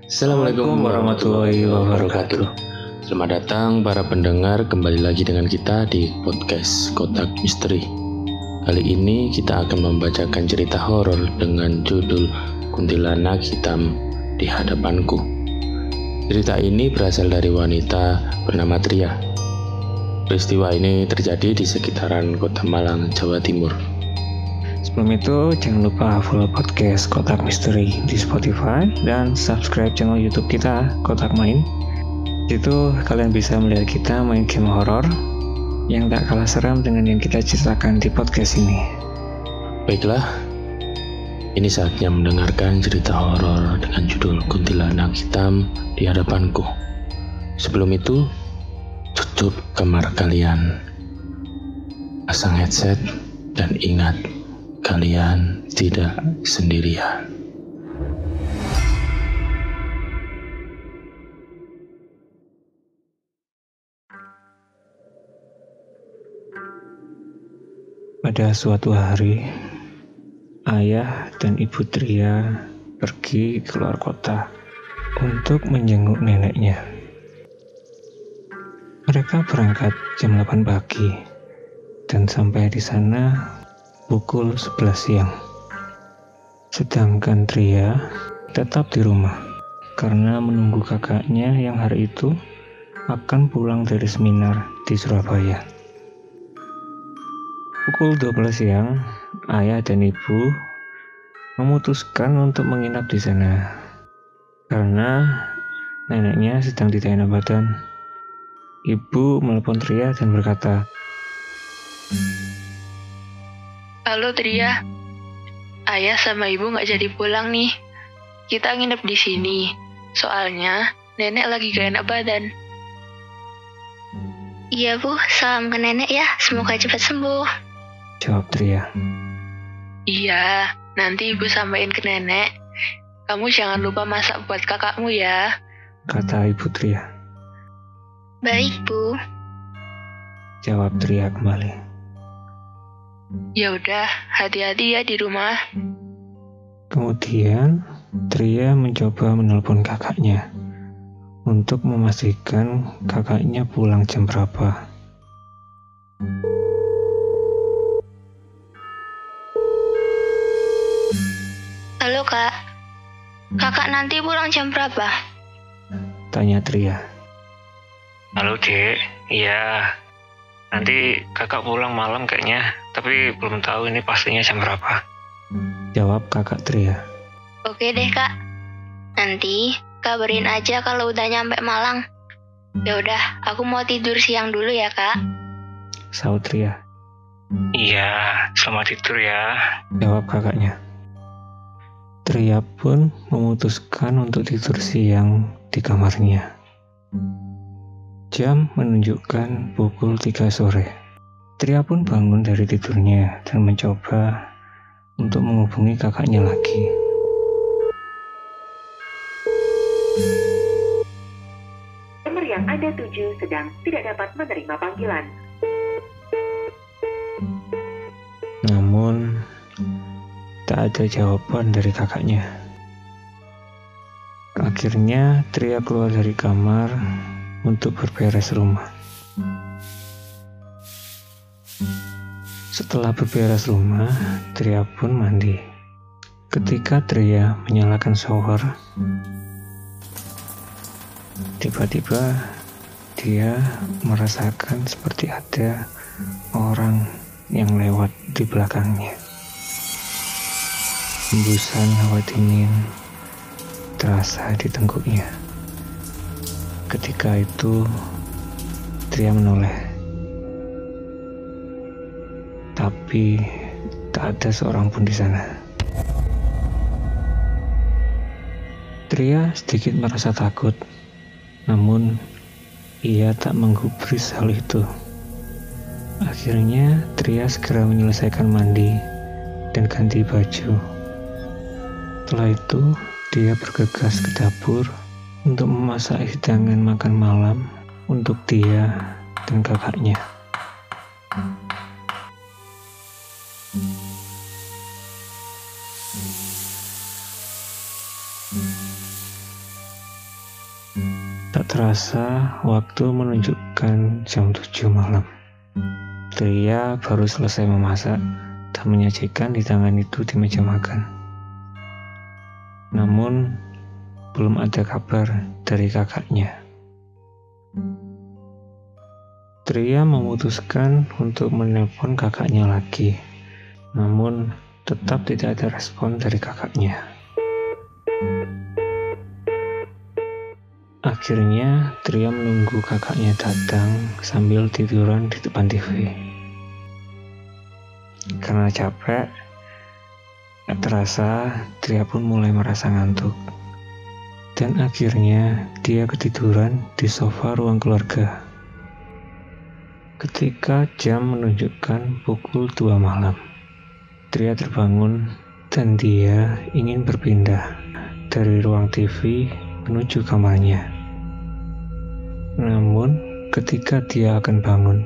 Assalamualaikum warahmatullahi wabarakatuh. Selamat datang para pendengar, kembali lagi dengan kita di podcast Kotak Misteri. Kali ini kita akan membacakan cerita horor dengan judul Kuntilanak Hitam di Hadapanku. Cerita ini berasal dari wanita bernama Tria. Peristiwa ini terjadi di sekitaran Kota Malang, Jawa Timur. Sebelum itu, jangan lupa follow podcast Kotak Misteri di Spotify dan subscribe channel YouTube kita, Kotak Main. Di situ kalian bisa melihat kita main game horor yang tak kalah seram dengan yang kita ceritakan di podcast ini. Baiklah, ini saatnya mendengarkan cerita horor dengan judul Kuntilanak Hitam di Hadapanku. Sebelum itu, tutup kamar kalian, pasang headset, dan ingat, kalian tidak sendirian. Pada suatu hari, ayah dan ibu Tria pergi keluar kota untuk menjenguk neneknya. Mereka berangkat jam 8 pagi dan sampai di sana pukul 11 siang. Sedangkan Tria tetap di rumah karena menunggu kakaknya yang hari itu akan pulang dari seminar di Surabaya. Pukul 12 siang, ayah dan ibu memutuskan untuk menginap di sana karena neneknya sedang tidak enak badan. Ibu melepon Tria dan berkata, "Halo Tria, ayah sama ibu nggak jadi pulang nih. Kita nginep di sini. Soalnya nenek lagi gak enak badan." "Iya Bu, salam ke nenek ya, semoga cepat sembuh," jawab Tria. "Iya, nanti ibu sampaikan ke nenek. Kamu jangan lupa masak buat kakakmu ya," kata ibu Tria. "Baik Bu." Jawab Tria kembali. "Ya udah, hati-hati ya di rumah." Kemudian Tria mencoba menelpon kakaknya untuk memastikan kakaknya pulang jam berapa. "Halo Kak, kakak nanti pulang jam berapa?" Tanya Tria. "Halo Dek, iya. Nanti kakak pulang malam kayaknya, tapi belum tahu ini pastinya jam berapa," jawab kakak Tria. "Oke deh Kak, nanti kabarin aja kalau udah nyampe Malang. Ya udah, aku mau tidur siang dulu ya Kak," Sahut Tria. "Iya, selamat tidur ya," Jawab kakaknya. Tria pun memutuskan untuk tidur siang di kamarnya. Jam menunjukkan pukul 3 sore. Tria pun bangun dari tidurnya dan mencoba untuk menghubungi kakaknya lagi. Nomor yang Anda tuju sedang tidak dapat menerima panggilan. Namun, tak ada jawaban dari kakaknya. Akhirnya, Tria keluar dari kamar untuk berberes rumah. Setelah berberes rumah, Tria pun mandi. Ketika Tria menyalakan shower, tiba-tiba dia merasakan seperti ada orang yang lewat di belakangnya. Hembusan hawa dingin terasa di tengkuknya. Ketika itu, Tria menoleh. Tapi tak ada seorang pun di sana. Tria sedikit merasa takut, namun ia tak menggubris hal itu. Akhirnya, Tria segera menyelesaikan mandi dan ganti baju. Setelah itu, dia bergegas ke dapur untuk memasak hidangan makan malam untuk dia dan kakaknya. Tak terasa, waktu menunjukkan jam 7 malam. Tria baru selesai memasak dan menyajikan hidangan itu di meja makan. Namun, belum ada kabar dari kakaknya. Tria memutuskan untuk menelpon kakaknya lagi, namun tetap tidak ada respon dari kakaknya. Akhirnya, Tria menunggu kakaknya datang sambil tiduran di depan TV. Karena capek, tak terasa Tria pun mulai merasa ngantuk. Dan akhirnya dia ketiduran di sofa ruang keluarga. Ketika jam menunjukkan pukul 2 malam, Tria terbangun dan dia ingin berpindah dari ruang TV menuju kamarnya. Namun, ketika dia akan bangun,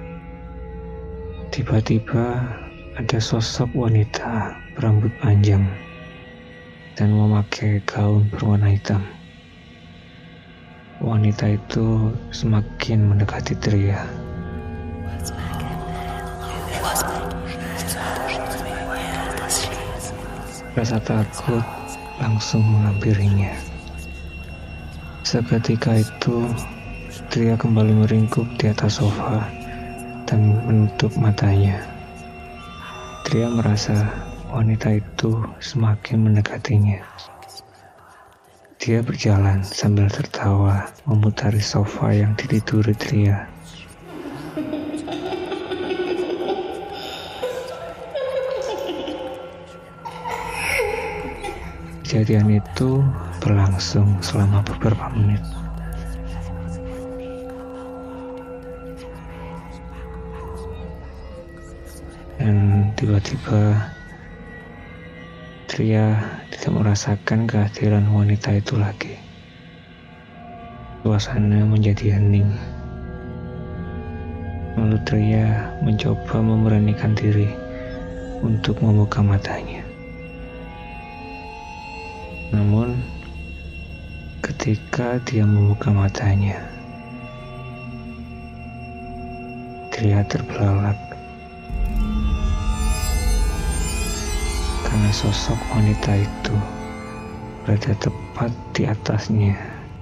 tiba-tiba ada sosok wanita berambut panjang dan memakai gaun berwarna hitam. Wanita itu semakin mendekati Tria. Rasa takut langsung menghampirinya. Seketika itu, Tria kembali meringkuk di atas sofa dan menutup matanya. Tria merasa wanita itu semakin mendekatinya. Dia berjalan sambil tertawa memutari sofa yang ditiduri Tria. Kejadian itu berlangsung selama beberapa menit. Dan tiba-tiba Tria tidak merasakan kehadiran wanita itu lagi. Suasana menjadi hening. Lalu Tria mencoba memberanikan diri untuk membuka matanya. Namun, ketika dia membuka matanya, Tria terbelalak karena sosok wanita itu berada tepat di atasnya.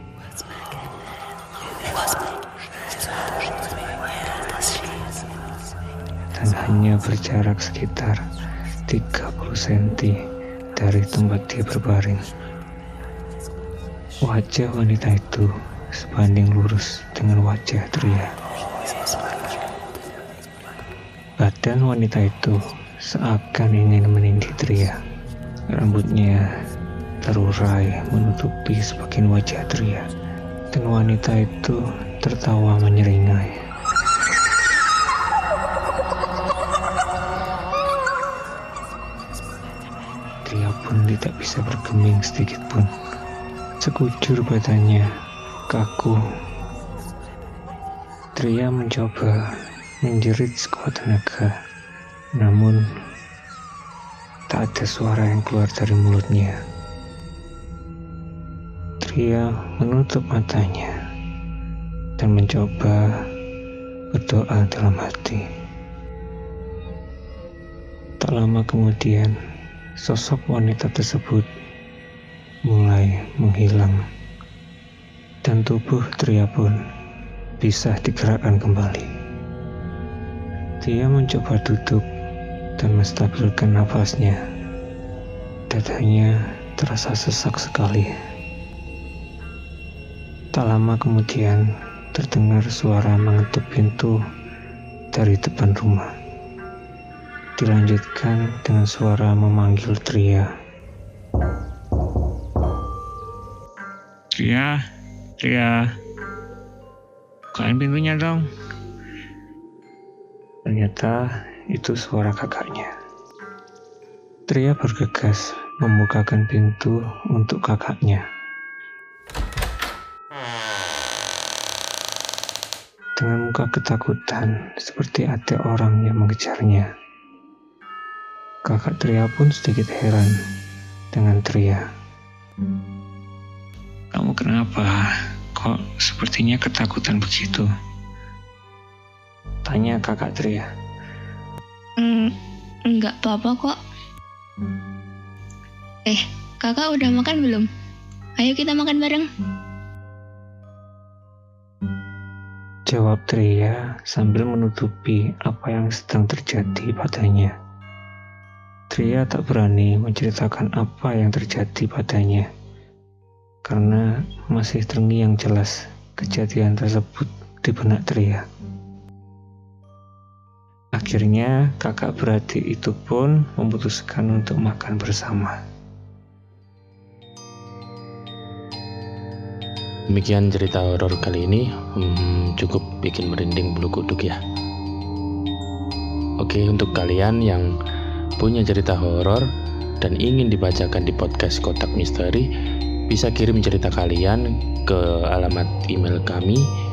Dan hanya berjarak sekitar 30 cm dari tempat dia berbaring. Wajah wanita itu sebanding lurus dengan wajah Tria. Badan wanita itu seakan ingin menindih Tria. Rambutnya terurai menutupi sebagian wajah Tria. Dan wanita itu tertawa menyeringai. Tria pun tidak bisa bergeming sedikit pun. Sekujur badannya kaku. Tria mencoba menjerit sekuat tenaga, namun tak ada suara yang keluar dari mulutnya. Tria menutup matanya dan mencoba berdoa dalam hati. Tak lama kemudian, sosok wanita tersebut mulai menghilang dan tubuh Tria pun bisa digerakkan kembali. Dia mencoba duduk dan menstabilkan nafasnya. Dadanya terasa sesak sekali. Tak lama kemudian terdengar suara mengetuk pintu dari depan rumah. Dilanjutkan dengan suara memanggil Tria. Tria, bukain pintunya dong. Ternyata itu suara kakaknya. Tria bergegas membukakan pintu untuk kakaknya. Dengan muka ketakutan seperti ada orang yang mengejarnya. Kakak Tria pun sedikit heran dengan Tria. Kamu kenapa? kok sepertinya ketakutan begitu? Tanya kakak Tria. Enggak apa-apa kok. Kakak udah makan belum? Ayo kita makan bareng. Jawab Tria sambil menutupi apa yang sedang terjadi padanya. Tria tak berani menceritakan apa yang terjadi padanya, karena masih terngiang jelas kejadian tersebut di benak Tria. Akhirnya kakak beradik itu pun memutuskan untuk makan bersama. Demikian cerita horor kali ini, cukup bikin merinding bulu kuduk ya. Oke, untuk kalian yang punya cerita horor dan ingin dibacakan di podcast Kotak Misteri, bisa kirim cerita kalian ke alamat email kami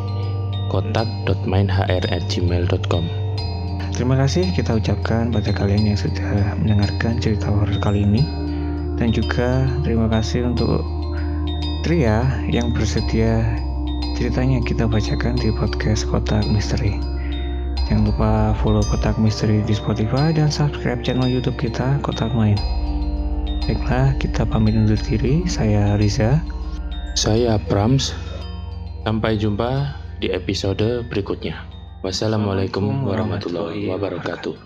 kotak.mainhr@gmail.com. Terima kasih kita ucapkan pada kalian yang sudah mendengarkan cerita horor kali ini, dan juga terima kasih untuk Tria yang bersedia ceritanya kita bacakan di podcast Kotak Misteri. Jangan lupa follow Kotak Misteri di Spotify dan subscribe channel YouTube kita Kotak Main. Baiklah, kita pamit undur diri. Saya Riza. Saya Prams. Sampai jumpa di episode berikutnya. Wassalamualaikum warahmatullahi wabarakatuh.